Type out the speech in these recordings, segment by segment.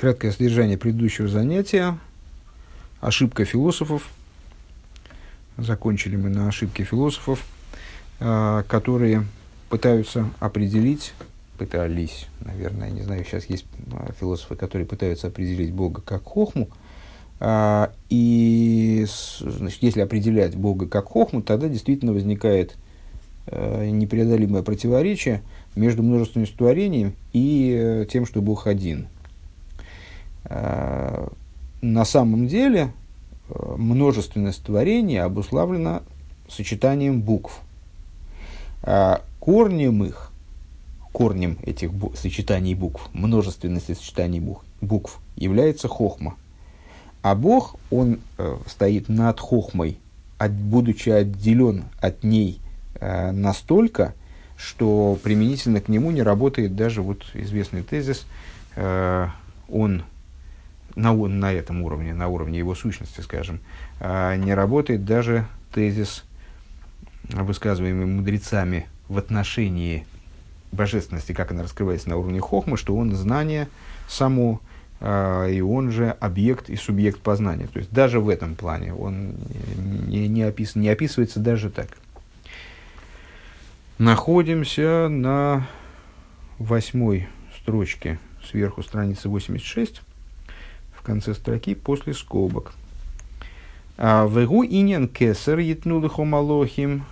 Краткое содержание предыдущего занятия. Ошибка философов. Закончили мы на ошибке философов, которые пытались, наверное, не знаю, сейчас есть философы, которые пытаются определить Бога как хохму. И, значит, если определять Бога как хохму, тогда действительно возникает непреодолимое противоречие между множественностью творений и тем, что Бог один. На самом деле множественность творений обуславлена сочетанием букв. Корнем этих сочетаний букв, множественности сочетаний букв является хохма. А Бог, он стоит над хохмой, будучи отделен от ней настолько, что применительно к нему не работает даже вот известный тезис, он на этом уровне, на уровне его сущности, скажем, не работает даже тезис, высказываемый мудрецами в отношении божественности, как она раскрывается на уровне хохмы, что он знание само, и он же объект и субъект познания. То есть даже в этом плане он не описывается даже так. Находимся на 8 строчке сверху страницы 86, в конце строки после скобок. «Вегу иньян кесар етнулыхо малохим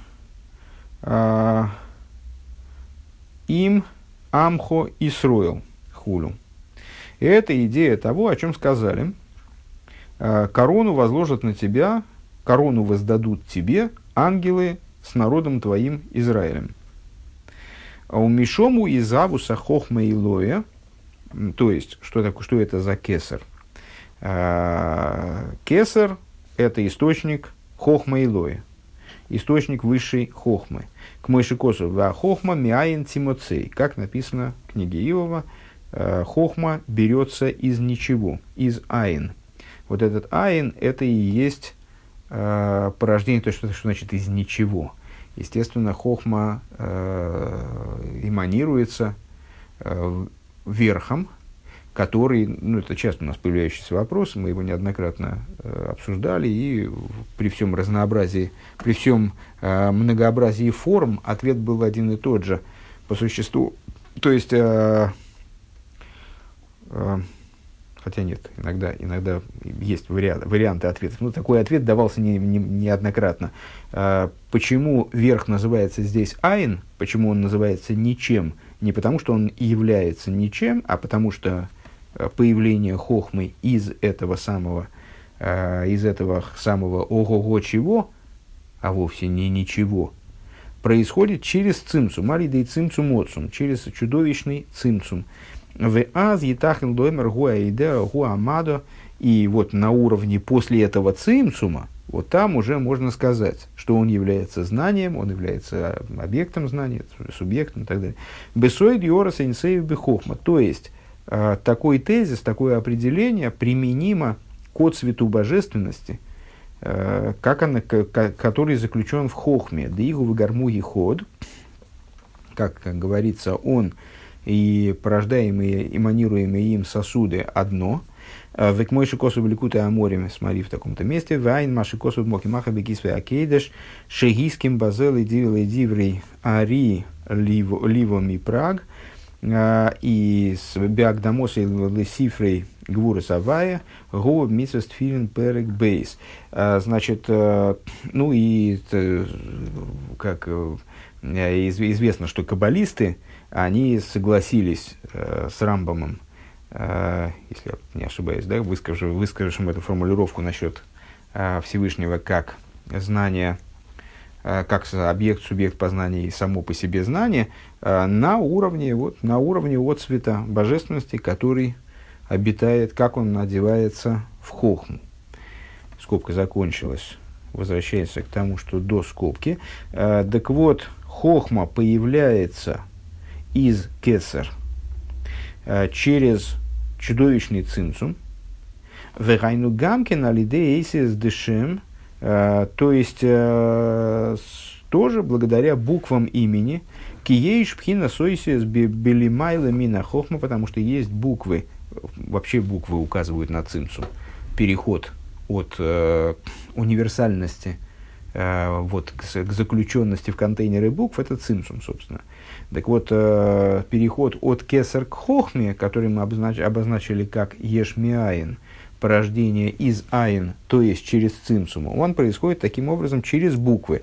им амхо Исроэл хулю». Это идея того, о чем сказали. Корону возложат на тебя, корону воздадут тебе ангелы с народом твоим Израилем. У Мишому изавуса хохма илоя, то есть, что это за кесар? Кесар – это источник хохма илоя, источник высшей хохмы. К мойшикосу ва хохма миаин тимоцей, как написано в книге Иова, хохма берется из ничего, из айн. Вот этот айн – это и есть порождение, то есть, что значит из ничего. Естественно, хохма эманируется верхом, который, это часто у нас появляющийся вопрос, мы его неоднократно обсуждали, и при всем разнообразии, при всем многообразии форм ответ был один и тот же по существу. То есть, хотя нет, иногда есть варианты ответов, но такой ответ давался неоднократно. Почему верх называется здесь айн, почему он называется ничем? Не потому, что он является ничем, а потому что появление хохмы из этого самого ого-го чего, а вовсе не ничего, происходит через цимцум, алидей цимцум отцум, через чудовищный цимцум. И вот на уровне после этого цимцума, вот там уже можно сказать, что он является знанием, он является объектом знания, субъектом и так далее. Бесоид йорас инсеев бехохма. То есть, такой тезис, такое определение применимо к отцвету божественности, который заключен в хохме. Деигу вегармуги ход, как говорится, он и порождаемые, эманируемые им сосуды одно. Век мой шикосу бликуты аморим, смотри в таком-то месте. Вайн маши косу мокимаха бекисве акейдеш шегиским базел и диврей ари ливоми праг. И с биагдамосой лесифрей гвуры авая го мисвест филин перек бейс. Значит, как известно, что каббалисты, они согласились с Рамбамом, если я не ошибаюсь, да, выскажем эту формулировку насчет Всевышнего как знание, как объект, субъект познания и само по себе знание, на уровне отцвета божественности, который обитает, как он одевается в хохму. Скобка закончилась. Возвращается к тому, что до скобки. Так вот, хохма появляется из кесар через чудовищный цинцум, вегайну гамкин алидей эйсис дешем, то есть тоже благодаря буквам имени киеиш пхина сойсис белимайла мина хохма, потому что есть буквы вообще буквы указывают на цимсум. Переход от универсальности вот, к заключенности в контейнеры букв – это цимсум, собственно. Так вот, переход от кесар к хохме, который мы обозначили как ешмиаин, порождение из айн, то есть через цимсум, он происходит таким образом через буквы.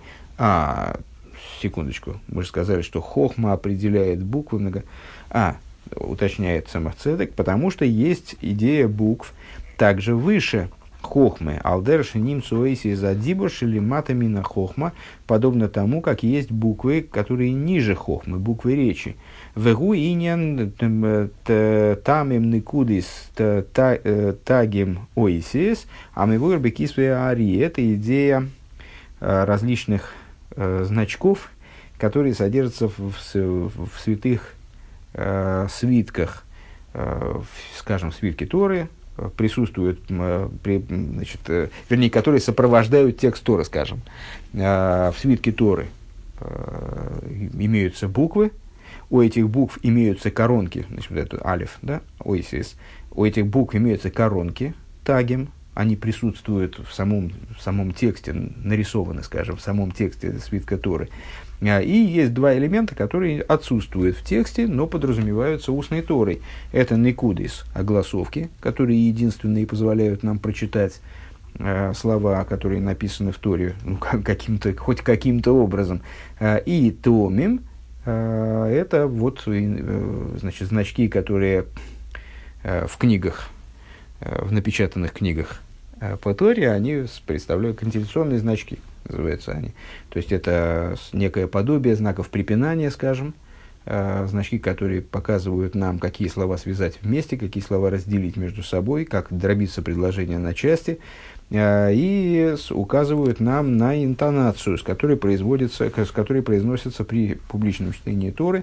Секундочку, мы же сказали, что хохма определяет буквы уточняет Самахцедек, потому что есть идея букв также выше хохмы. Алдер шиним суэйси за дибур шелимата мина хохма, подобно тому, как есть буквы, которые ниже хохмы, буквы речи. Вегу иньян тамим никудис тагим оисис, а мы вырбекисве ари. Это идея различных значков, которые содержатся в святых свитках, скажем, в свитке Торы, присутствуют, вернее, которые сопровождают текст Торы, скажем. В свитке Торы имеются буквы, у этих букв имеются коронки, значит, вот это алиф, да, ойсис, у этих букв имеются коронки, тагим, они присутствуют в самом тексте, нарисованы, скажем, в самом тексте свитка Торы. И есть два элемента, которые отсутствуют в тексте, но подразумеваются устной Торой. Это никудис, огласовки, которые единственные позволяют нам прочитать слова, которые написаны в Торе, хоть каким-то образом. И томим, это вот, значит, значки, которые в книгах, в напечатанных книгах по Торе, они представляют контелляционные значки, называются они. То есть это некое подобие знаков препинания, скажем, значки, которые показывают нам, какие слова связать вместе, какие слова разделить между собой, как дробиться предложение на части, и указывают нам на интонацию, с которой произносится при публичном чтении Торы.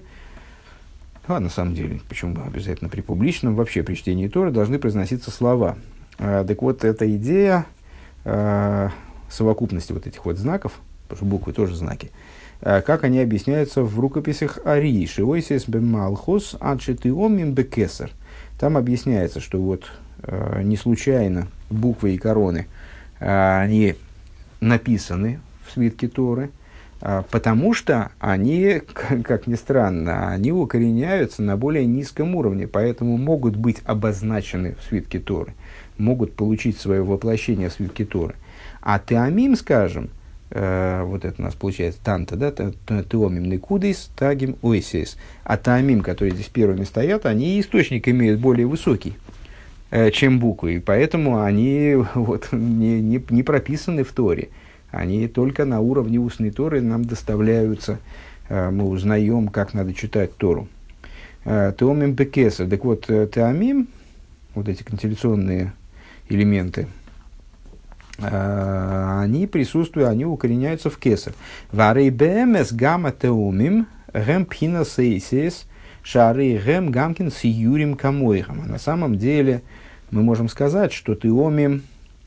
На самом деле, почему обязательно при публичном? Вообще при чтении Торы должны произноситься слова. Так вот, эта идея совокупности вот этих вот знаков, потому что буквы тоже знаки, как они объясняются в рукописях Арии, «Шиойсес бемалхус адшитиомим бекесар». Там объясняется, что вот не случайно буквы и короны, они написаны в свитке Торы, потому что они, как ни странно, они укореняются на более низком уровне, поэтому могут быть обозначены в свитке Торы, могут получить свое воплощение в свитке Торы. А теамим, скажем, вот это у нас получается танта, да, теомим никудис, тагим ойсис. А теамим, которые здесь первыми стоят, они источник имеют более высокий, чем буквы, и поэтому они вот, не прописаны в Торе. Они только на уровне устной Торы нам доставляются, мы узнаем, как надо читать Тору. Теомим бекесар. Так вот, теамим, вот эти контелляционные элементы, они присутствуют, они укореняются в кесар. Варей бэмэс гамма теомим гэм пхина сейсис шарей гэм гамкин с юрим камойхам. На самом деле мы можем сказать, что теомим,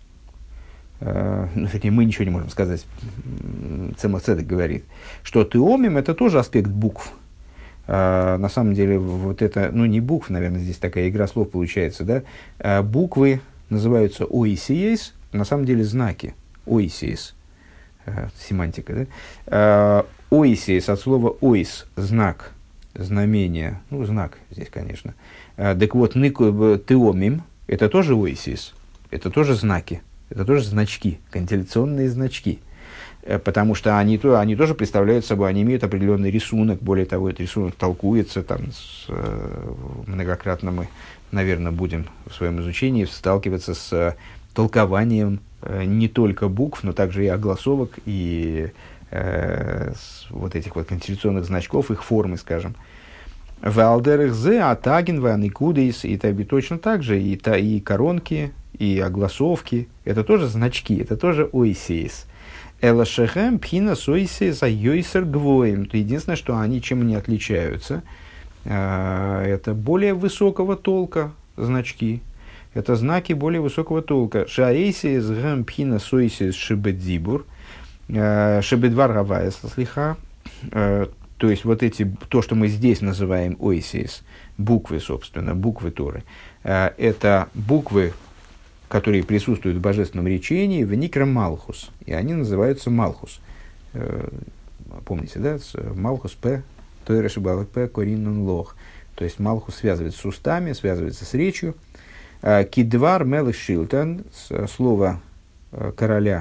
мы ничего не можем сказать, Цемах Цедек говорит, что теомим это тоже аспект букв. На самом деле вот это, не букв, наверное, здесь такая игра слов получается, да? Буквы называются оисиес, на самом деле знаки, оисиес, семантика, да? Оисиес от слова оис, знак, знамение, знак здесь, конечно. Так вот, теомим, это тоже оисиес, это тоже знаки, это тоже значки, контелляционные значки. Потому что они тоже представляют собой, они имеют определенный рисунок, более того, этот рисунок толкуется, многократно мы, наверное, будем в своем изучении сталкиваться с толкованием не только букв, но также и огласовок, и вот этих вот контелляционных значков, их формы, скажем. Валдерых зе, атагин, ваникудейс, и точно так же, и коронки, и огласовки, это тоже значки, это тоже ойсейс. Элашехем пхина сойсейс айойсер гвоем. Единственное, что они чем не отличаются, это более высокого толка значки. Это знаки более высокого толка. Шаэйсейс гэм пхина сойсейс шебедзибур. Шебедвар гавайс слиха. То есть, вот эти, то, что мы здесь называем ойсейс, буквы, собственно, буквы Торы. Это буквы, которые присутствуют в божественном речении, в Никра Малхус, и они называются Малхус. Помните, да? Малхус П, Тойра Шибава П, Коринун Лох. То есть Малхус связывается с устами, связывается с речью. Кидвар Мелых Шилтан, слово короля,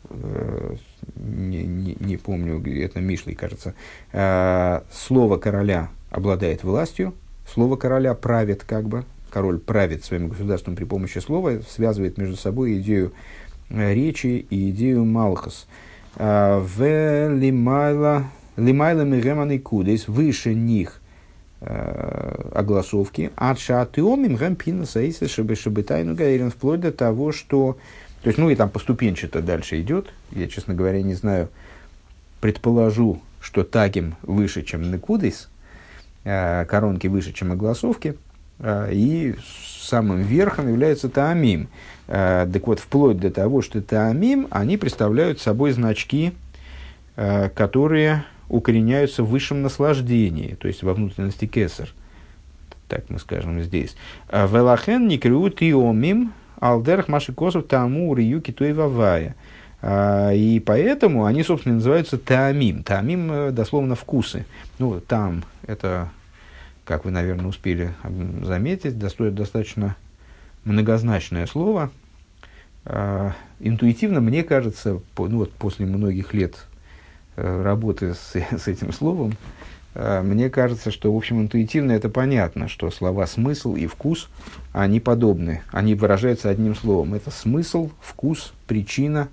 не помню, это Мишлей, кажется. Слово короля обладает властью, слово короля правит, как бы. Король правит своим государством при помощи слова, связывает между собой идею речи и идею Малхус. В лимайла мигеманы кудес, выше них огласовки, адшатиомим гампина саиса шебетайну гаирен, вплоть до того, что... То есть, ну и там поступенчато дальше идет. Я, честно говоря, не знаю, предположу, что тагим выше, чем некудес, коронки выше, чем огласовки, и самым верхом является таамим. Так вот, вплоть до того, что таамим, они представляют собой значки, которые укореняются в высшем наслаждении, то есть во внутренности кесар, так мы скажем здесь. Велахен никрю тиомим алдерх маши косов тааму риюки туевавая. И поэтому они, собственно, называются таамим. Таамим дословно вкусы. Ну, там это, как вы, наверное, успели заметить, достаточно многозначное слово. Интуитивно, мне кажется, ну, вот после многих лет работы с этим словом, мне кажется, что, в общем, интуитивно это понятно, что слова «смысл» и «вкус», они подобны, они выражаются одним словом. Это смысл, вкус, причина.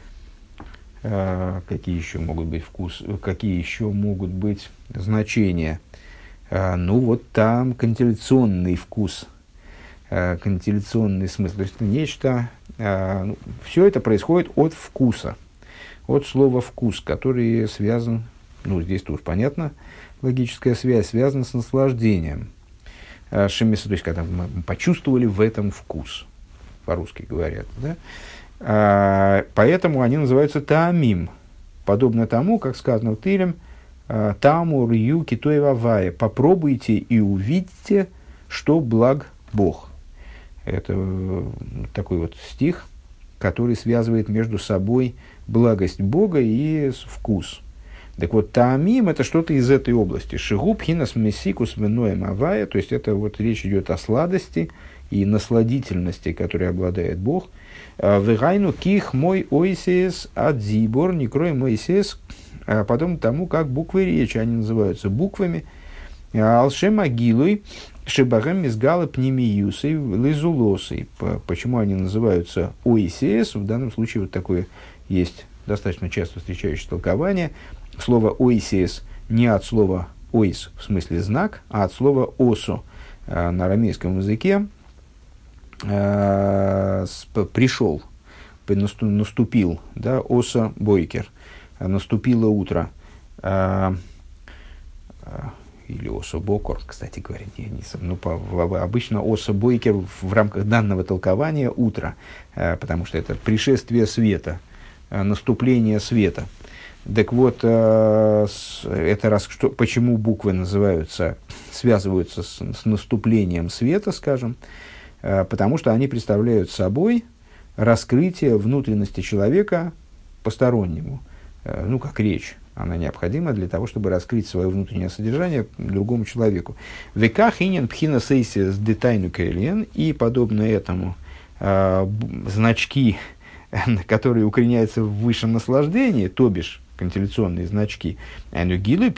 Какие еще могут быть вкус, какие еще могут быть значения? Ну, вот там контелляционный вкус, контелляционный смысл. То есть, нечто, все это происходит от вкуса, от слова «вкус», который связан, ну, здесь тоже понятно, логическая связь связана с наслаждением. Шемиса, то есть, когда мы почувствовали в этом вкус, по-русски говорят, да? Поэтому они называются таамим, подобно тому, как сказано в Тилем, таму рью китой вавая, попробуйте и увидите, что благ Бог. Это такой вот стих, который связывает между собой благость Бога и вкус. Так вот, таамим – это что-то из этой области. Шигуб хинас месикус веноем авая, то есть это вот речь идет о сладости и насладительности, которой обладает Бог. Вегайну ких мой ойсес адзибор, не крой мойсес, потом тому, как буквы речи, они называются буквами. Алшем агилуй шибагем мизгалы пнемиюсой лизулосой. Почему они называются ойсес? В данном случае вот такое есть достаточно часто встречающееся толкование. Слово «ойсиес» не от слова «ойс» в смысле знак, а от слова «осо» на арамейском языке пришел, наступил, да, «осо бойкер», наступило утро, или «осо бокор», кстати говоря, обычно «осо бойкер» в рамках данного толкования утро, потому что это пришествие света, наступление света. Так вот, почему буквы связываются с наступлением света, скажем, потому что они представляют собой раскрытие внутренности человека постороннему, ну, как речь. Она необходима для того, чтобы раскрыть свое внутреннее содержание другому человеку. Веках инин пхина сейсис детайну кэлиен, и подобно этому значки, которые укореняются в высшем наслаждении, то бишь контелляционные значки, они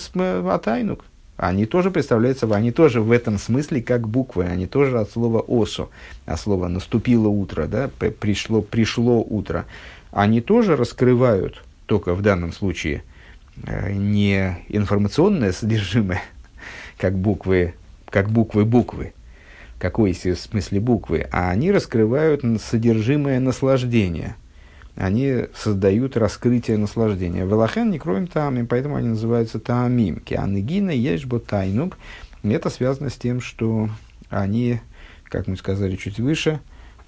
тоже представляются, они тоже в этом смысле как буквы, они тоже от слова «осо», от слова «наступило утро», да, пришло утро. Они тоже раскрывают, только в данном случае, не информационное содержимое, как буквы, какой в смысле буквы, а они раскрывают содержимое наслаждения. Они создают раскрытие наслаждения. Велахен не кроем таамим, поэтому они называются таамим. Кианегина ешбо тайнук. Это связано с тем, что они, как мы сказали чуть выше,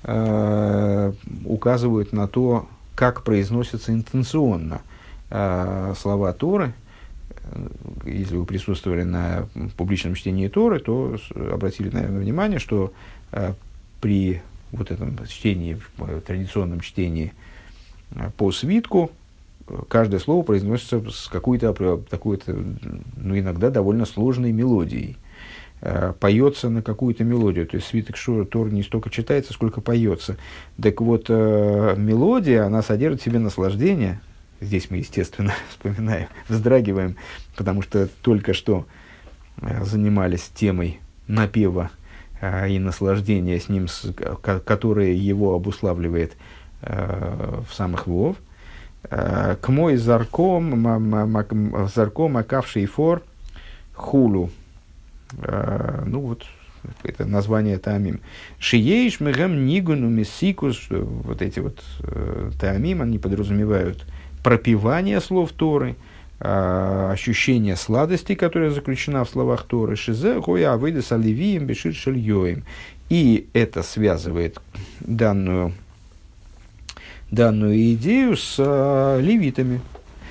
указывают на то, как произносятся интенционно слова Торы. если вы присутствовали на публичном чтении Торы, то обратили, наверное, внимание, что при вот этом чтении, традиционном чтении по свитку, каждое слово произносится с какой-то, ну, иногда довольно сложной мелодией. Поется на какую-то мелодию. То есть свиток Тор не столько читается, сколько поется. Так вот, мелодия, она содержит в себе наслаждение. Здесь мы, естественно, вспоминаем, вздрагиваем, потому что только что занимались темой напева и наслаждения с ним, которое его обуславливает в самых Вов. К мой зарком, макавший фор, хулу. Ну вот, это название Таамим. Шиеиш мегем нигуну миссикус, вот эти вот Таамим, они подразумевают пропевание слов Торы, ощущение сладости, которая заключена в словах Торы, шизе гоя авейдес аливием бешир шельёем. И это связывает данную идею с левитами,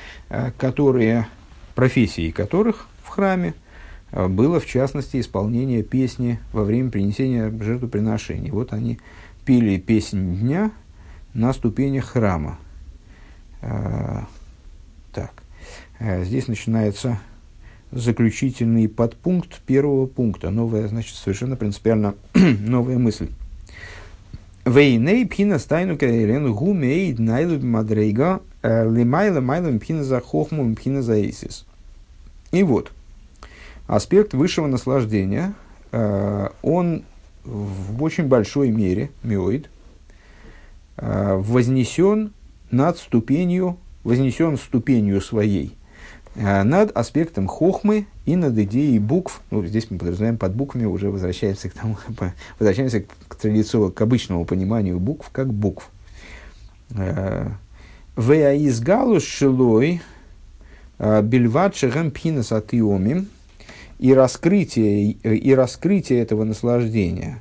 профессией которых в храме было, в частности, исполнение песни во время принесения жертвоприношений. Вот они пели песнь дня на ступенях храма. Здесь начинается заключительный подпункт первого пункта. Новая, значит, совершенно принципиально новая мысль. Вейней пхина стайну каэлен гумейд найлуб мадрейга лимайла майлом пхина за хохму пхина за эйсис. И вот, аспект высшего наслаждения, он в очень большой мере, миоид, вознесен ступенью своей, над аспектом хохмы и над идеей букв. Ну, здесь мы подразумеваем под буквами, уже возвращаемся к традиционному, к обычному пониманию букв, как букв. Веаизгалус шилой бельват шехем пхинас атиомим. И раскрытие этого наслаждения,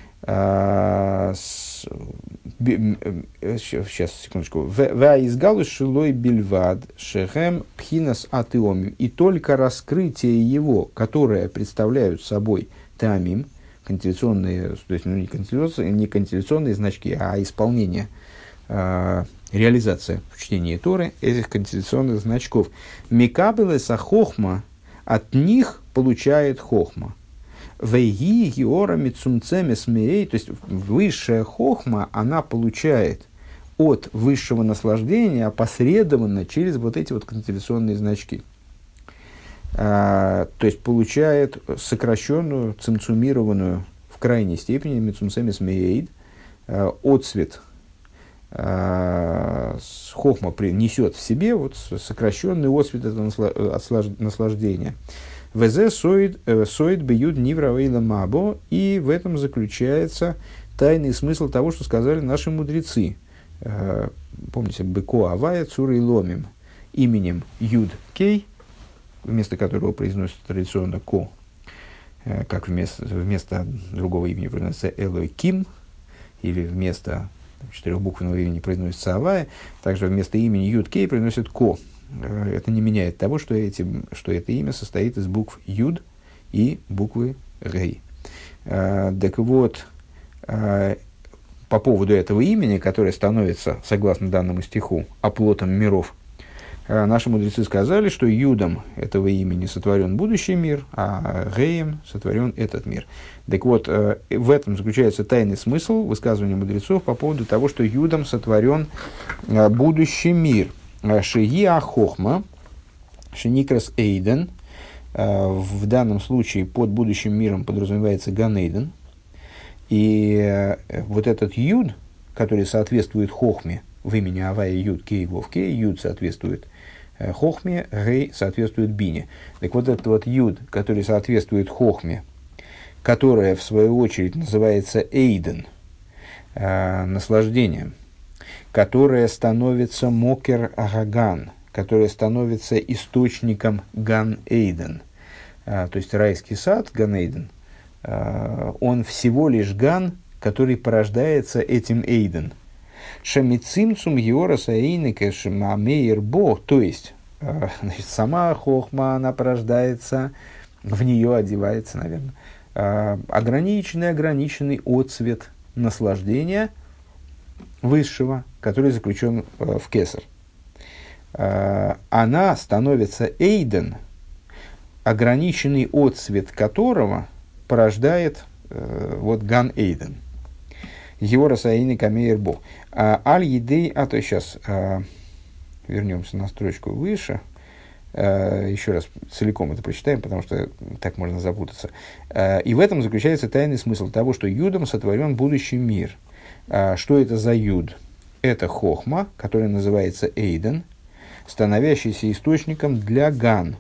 сейчас, секундочку, ваизгалус шилой бельвад шехем пхинас атиомим, и только раскрытие его, которое представляют собой таамим, кантиляционные, то есть не кантиляционные значки, а исполнение, реализация в чтении Торы этих кантиляционных значков. Микабелеса хохма, от них получает хохма. Вейги геора мицумцеме смеей, то есть высшая хохма, она получает от высшего наслаждения опосредованно через вот эти вот кантиляционные значки. То есть получает сокращенную, цимцумированную в крайней степени мицумцеме смеей отцвет. Хохма несет в себе вот сокращенный отцвет этого наслаждения. Везе соид бьют нивравейла мабо, и в этом заключается тайный смысл того, что сказали наши мудрецы. Помните, быко авая цурой ломим, именем Юд Кей, вместо которого произносится традиционно ко, как вместо другого имени произносится Элой Ким, или вместо четырехбуквенного имени произносится Авая, также вместо имени Юд Кей произносит Ко. Это не меняет того, что это имя состоит из букв Юд и буквы Гей. Так вот, по поводу этого имени, которое становится, согласно данному стиху, оплотом миров, наши мудрецы сказали, что Юдом этого имени сотворен будущий мир, а Геем сотворен этот мир. Так вот, в этом заключается тайный смысл высказывания мудрецов по поводу того, что Юдом сотворен будущий мир. Шии ахохма, шеникрас эйден. В данном случае под будущим миром подразумевается Ганейден. И вот этот Юд, который соответствует хохме в имени Авая Юд Кей Вов Кей, Юд соответствует хохме, Гей соответствует бине. Так вот этот вот Юд, который соответствует хохме, которая в свою очередь называется эйден, наслаждением, которая становится мокер агаган, которая становится источником ган-эйден, то есть райский сад ган-эйден, он всего лишь ган, который порождается этим эйден. Шамицимцум геораса эйнеке шамамейр бо, то есть Значит, сама хохма, она порождается, в нее одевается, наверное, ограниченный отцвет наслаждения высшего, который заключен в кесар. Она становится эйден, ограниченный отцвет которого порождает вот ган эйден. Его расаины камеер бог. Аль едей, то сейчас вернемся на строчку выше. Еще раз целиком это прочитаем, потому что так можно запутаться. И в этом заключается тайный смысл того, что юдом сотворен будущий мир. Что это за юд? Это хохма, которая называется эйден, становящийся источником для ган,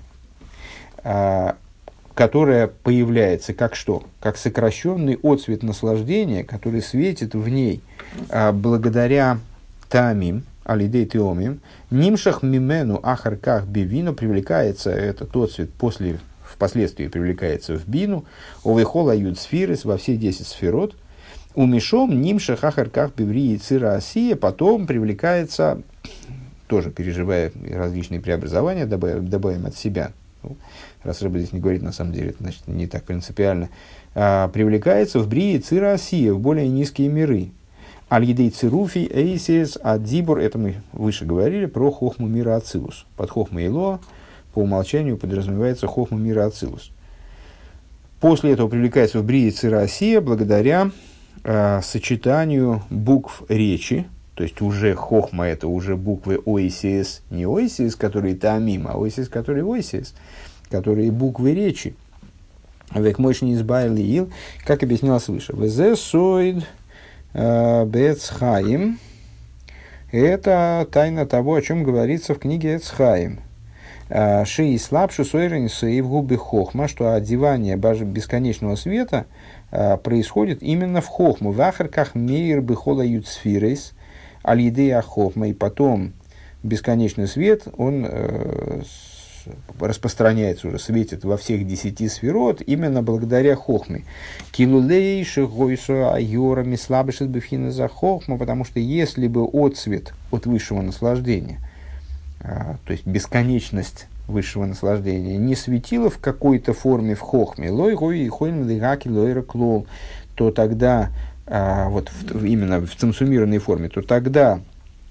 которая появляется как что? Как сокращенный отцвет наслаждения, который светит в ней благодаря таамим, алидей теомим, нимшах мимену ахарках бивину, привлекается этот отцвет впоследствии привлекается в бину, овехола юд сфирис, во все 10 сферот, умешом нимшах ахарках биври и цира осия, потом привлекается, тоже переживая различные преобразования, добавим от себя. Раз Рэбе здесь не говорит, на самом деле, это значит не так принципиально, привлекается в брии цира осия, в более низкие миры. Аль-Едей Цируфи, Эйсис, Адзибур, это мы выше говорили про хохму мира Ацилус. Под хохмой Илоа по умолчанию подразумевается хохма мира Ацилус. После этого привлекается в брии цира осия благодаря сочетанию букв речи, то есть уже хохма это уже буквы ойсис, не ойсис, которые таамим, а ойсис, которые ойсис, которые буквы речи. Век мощный избавили ил, как объяснялось выше. Везе соид бецхаим. Это тайна того, о чем говорится в книге Эцхаим. Ши и слабшу сойрен сейв губы хохма, что одевание бесконечного света происходит именно в хохму. В ахарках мейр бихола юцфирейс, аль-едея хохма, и потом бесконечный свет, он распространяется уже, светит во всех 10 сферот именно благодаря хохме. Килулей шигойсо айорами слабышит бифхина за хохма, потому что если бы отцвет от высшего наслаждения, то есть бесконечность высшего наслаждения, не светила в какой-то форме в хохме, лой гой и хойн лигаки лойра клол, то тогда, вот именно в цимсумированной форме, то тогда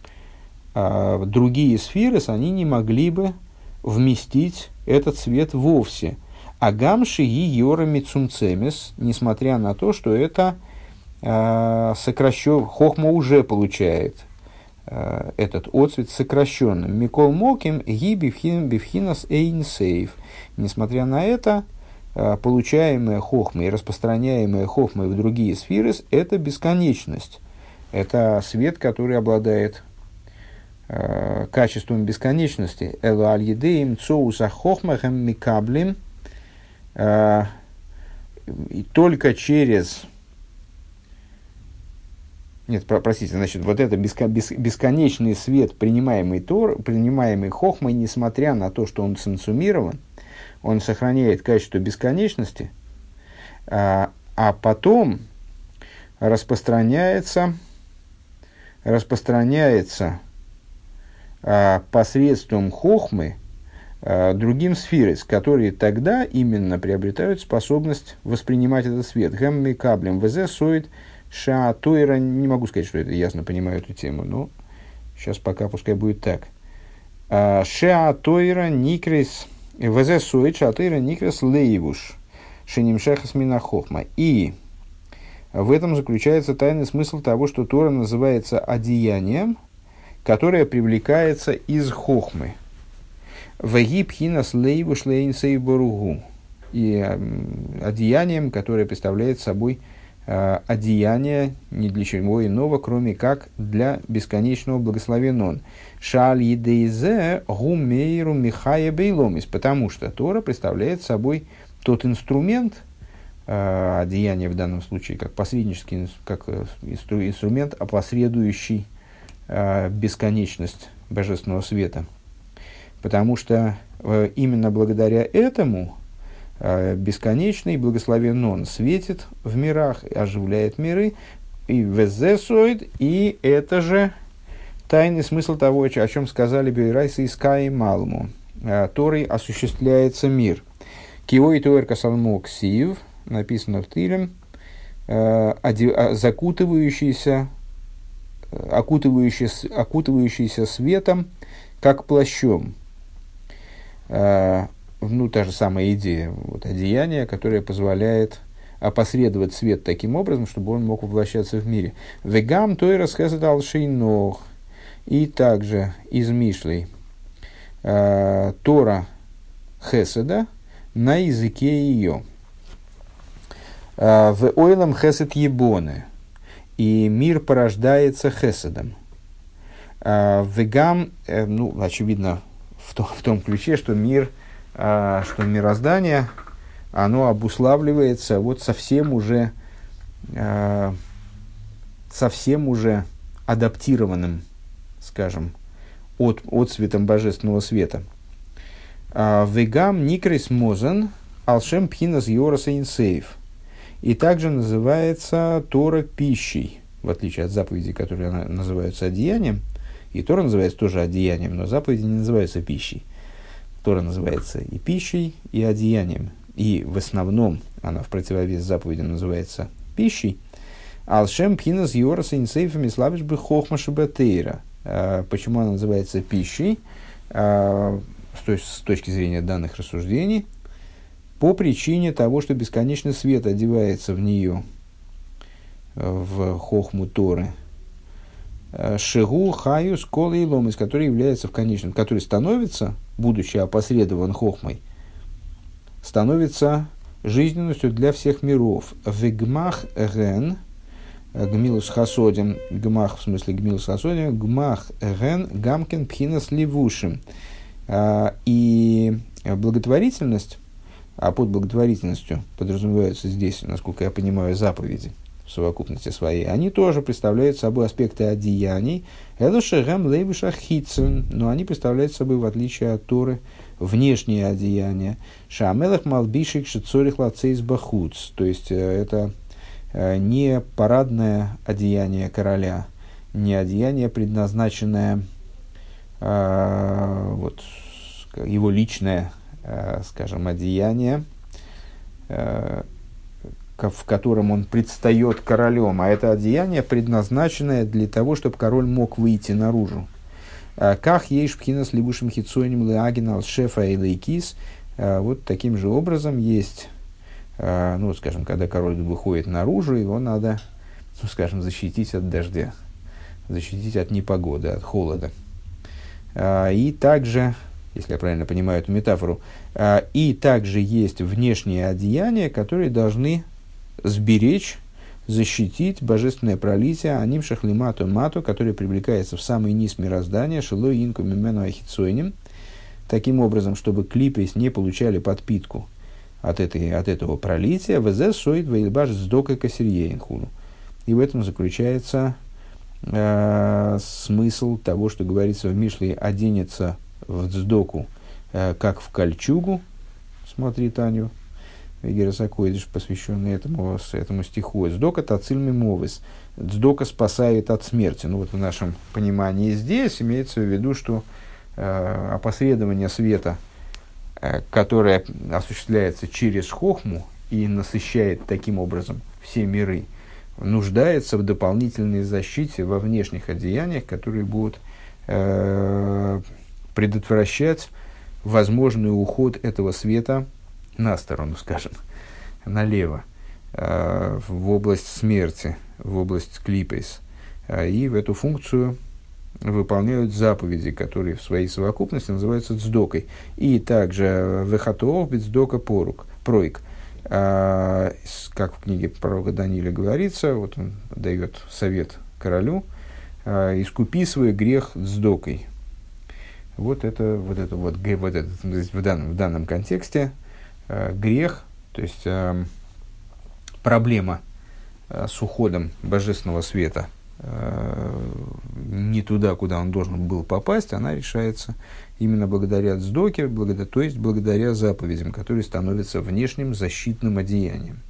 другие сферы, они не могли бы вместить этот свет вовсе. А гамши и йорами цумцемис, несмотря на то, что это сокращен, хохма уже получает этот отцвет сокращенным. Микол моким ги бифхинас эйн сейв. Несмотря на это, получаемая хохма и распространяемая хохмой в другие сферы – это бесконечность. Это свет, который обладает качеством бесконечности. Элу аль-едеим цоуса хохмахем микаблим. И только через... Нет, простите, значит, вот это бесконечный свет, принимаемый хохмой, несмотря на то, что он цинцумирован, он сохраняет качество бесконечности, а потом распространяется посредством хохмы другим сферам, которые тогда именно приобретают способность воспринимать этот свет. Гэмми каблем вз соид шаатойра, не могу сказать, что это ясно понимаю эту тему, но сейчас пока пускай будет так. Шаатойра никрес вз соид шаатойра никрес лейвуш шенимшехас мина хохма. И в этом заключается тайный смысл того, что Тора называется одеянием, которое привлекается из хохмы. Вагибхинас лейвуш лейнсей боругу. И одеянием, которое представляет собой одеяние не для чего иного, кроме как для бесконечного благословен он. Шаль едейзе гумейру михая бейломис. Потому что Тора представляет собой тот инструмент, одеяние в данном случае, как посреднический, как инструмент, опосредующий бесконечность божественного света. Потому что именно благодаря этому бесконечный благословен он светит в мирах, оживляет миры, и везесоид, и это же тайный смысл того, о чем сказали Бейрайса и Скай Малму. Торой осуществляется мир. Киой туэрка салмоксив, написано в Тилем, окутывающийся светом, как плащом. Та же самая идея, одеяние, которое позволяет опосредовать свет таким образом, чтобы он мог воплощаться в мире. Вегам тойрас хесед алшейнох. И также из Мишлей Тора хеседа на языке ее. В ойлам хесед ебоне. И мир порождается хеседом. Вегам, очевидно, в том ключе, что мироздание, оно обуславливается совсем уже адаптированным, скажем, отцветом божественного света. Вегам никрис мозен алшем пхинас йораса инсейв. И также называется Тора пищей, в отличие от заповедей, которые называются одеянием. И Тора называется тоже одеянием, но заповеди не называются пищей. Тора называется и пищей, и одеянием. И в основном она в противовес заповедям называется пищей. Алшем пхинас йораса инсейв миславиш бы хохма шабатейра. Почему она называется пищей? С точки зрения данных рассуждений, по причине того, что бесконечный свет одевается в нее, в хохму Торы. Шегу хаюс колы и ломис, который является в конечном, который становится, будучи опосредован хохмой, становится жизненностью для всех миров. Вегмах ген, гмилус хасодим, гмах в смысле гмилус хасодим, гмах ген гамкен пхинас ливушим. И благотворительность, а под благотворительностью подразумеваются здесь, насколько я понимаю, заповеди в совокупности своей, они тоже представляют собой аспекты одеяний, но они представляют собой, в отличие от Торы, внешние одеяния. Шамелах малбишик шицорих лацейс бахуц, то есть это не парадное одеяние короля, не одеяние, предназначенное его личное, скажем, одеяние, в котором он предстает королем, а это одеяние, предназначенное для того, чтобы король мог выйти наружу. Как ейш пхинас либушим хитсоним леагинал шефа и лейкис, вот таким же образом есть, скажем, когда король выходит наружу, его надо, защитить от дождя, защитить от непогоды, от холода. И также, если я правильно понимаю эту метафору, и также есть внешние одеяния, которые должны сберечь, защитить божественное пролитие аним шахлимату мату, которое привлекается в самый низ мироздания, шило инку мимену ахицойним, таким образом, чтобы клипейс не получали подпитку от этого пролития, вз соид вейлбаш сдока кассирьейнхуну. И в этом заключается смысл того, что говорится в Мишле: оденется в цдоку, как в кольчугу, смотри Таню, Герасакоидиш, посвященный этому стиху. Цдока тациль мимовис. Цдока спасает от смерти. В нашем понимании здесь имеется в виду, что опосредование света, которое осуществляется через хохму и насыщает таким образом все миры, нуждается в дополнительной защите во внешних одеяниях, которые будут предотвращать возможный уход этого света на сторону, скажем, налево, в область смерти, в область клипейс. И в эту функцию выполняют заповеди, которые в своей совокупности называются цдокой. И также вехатоов бицдока проик. Как в книге пророка Даниила говорится, он дает совет королю: искупи свой грех цдокой. В данном контексте грех, то есть проблема с уходом божественного света не туда, куда он должен был попасть, она решается именно благодаря цдоке, то есть благодаря заповедям, которые становятся внешним защитным одеянием.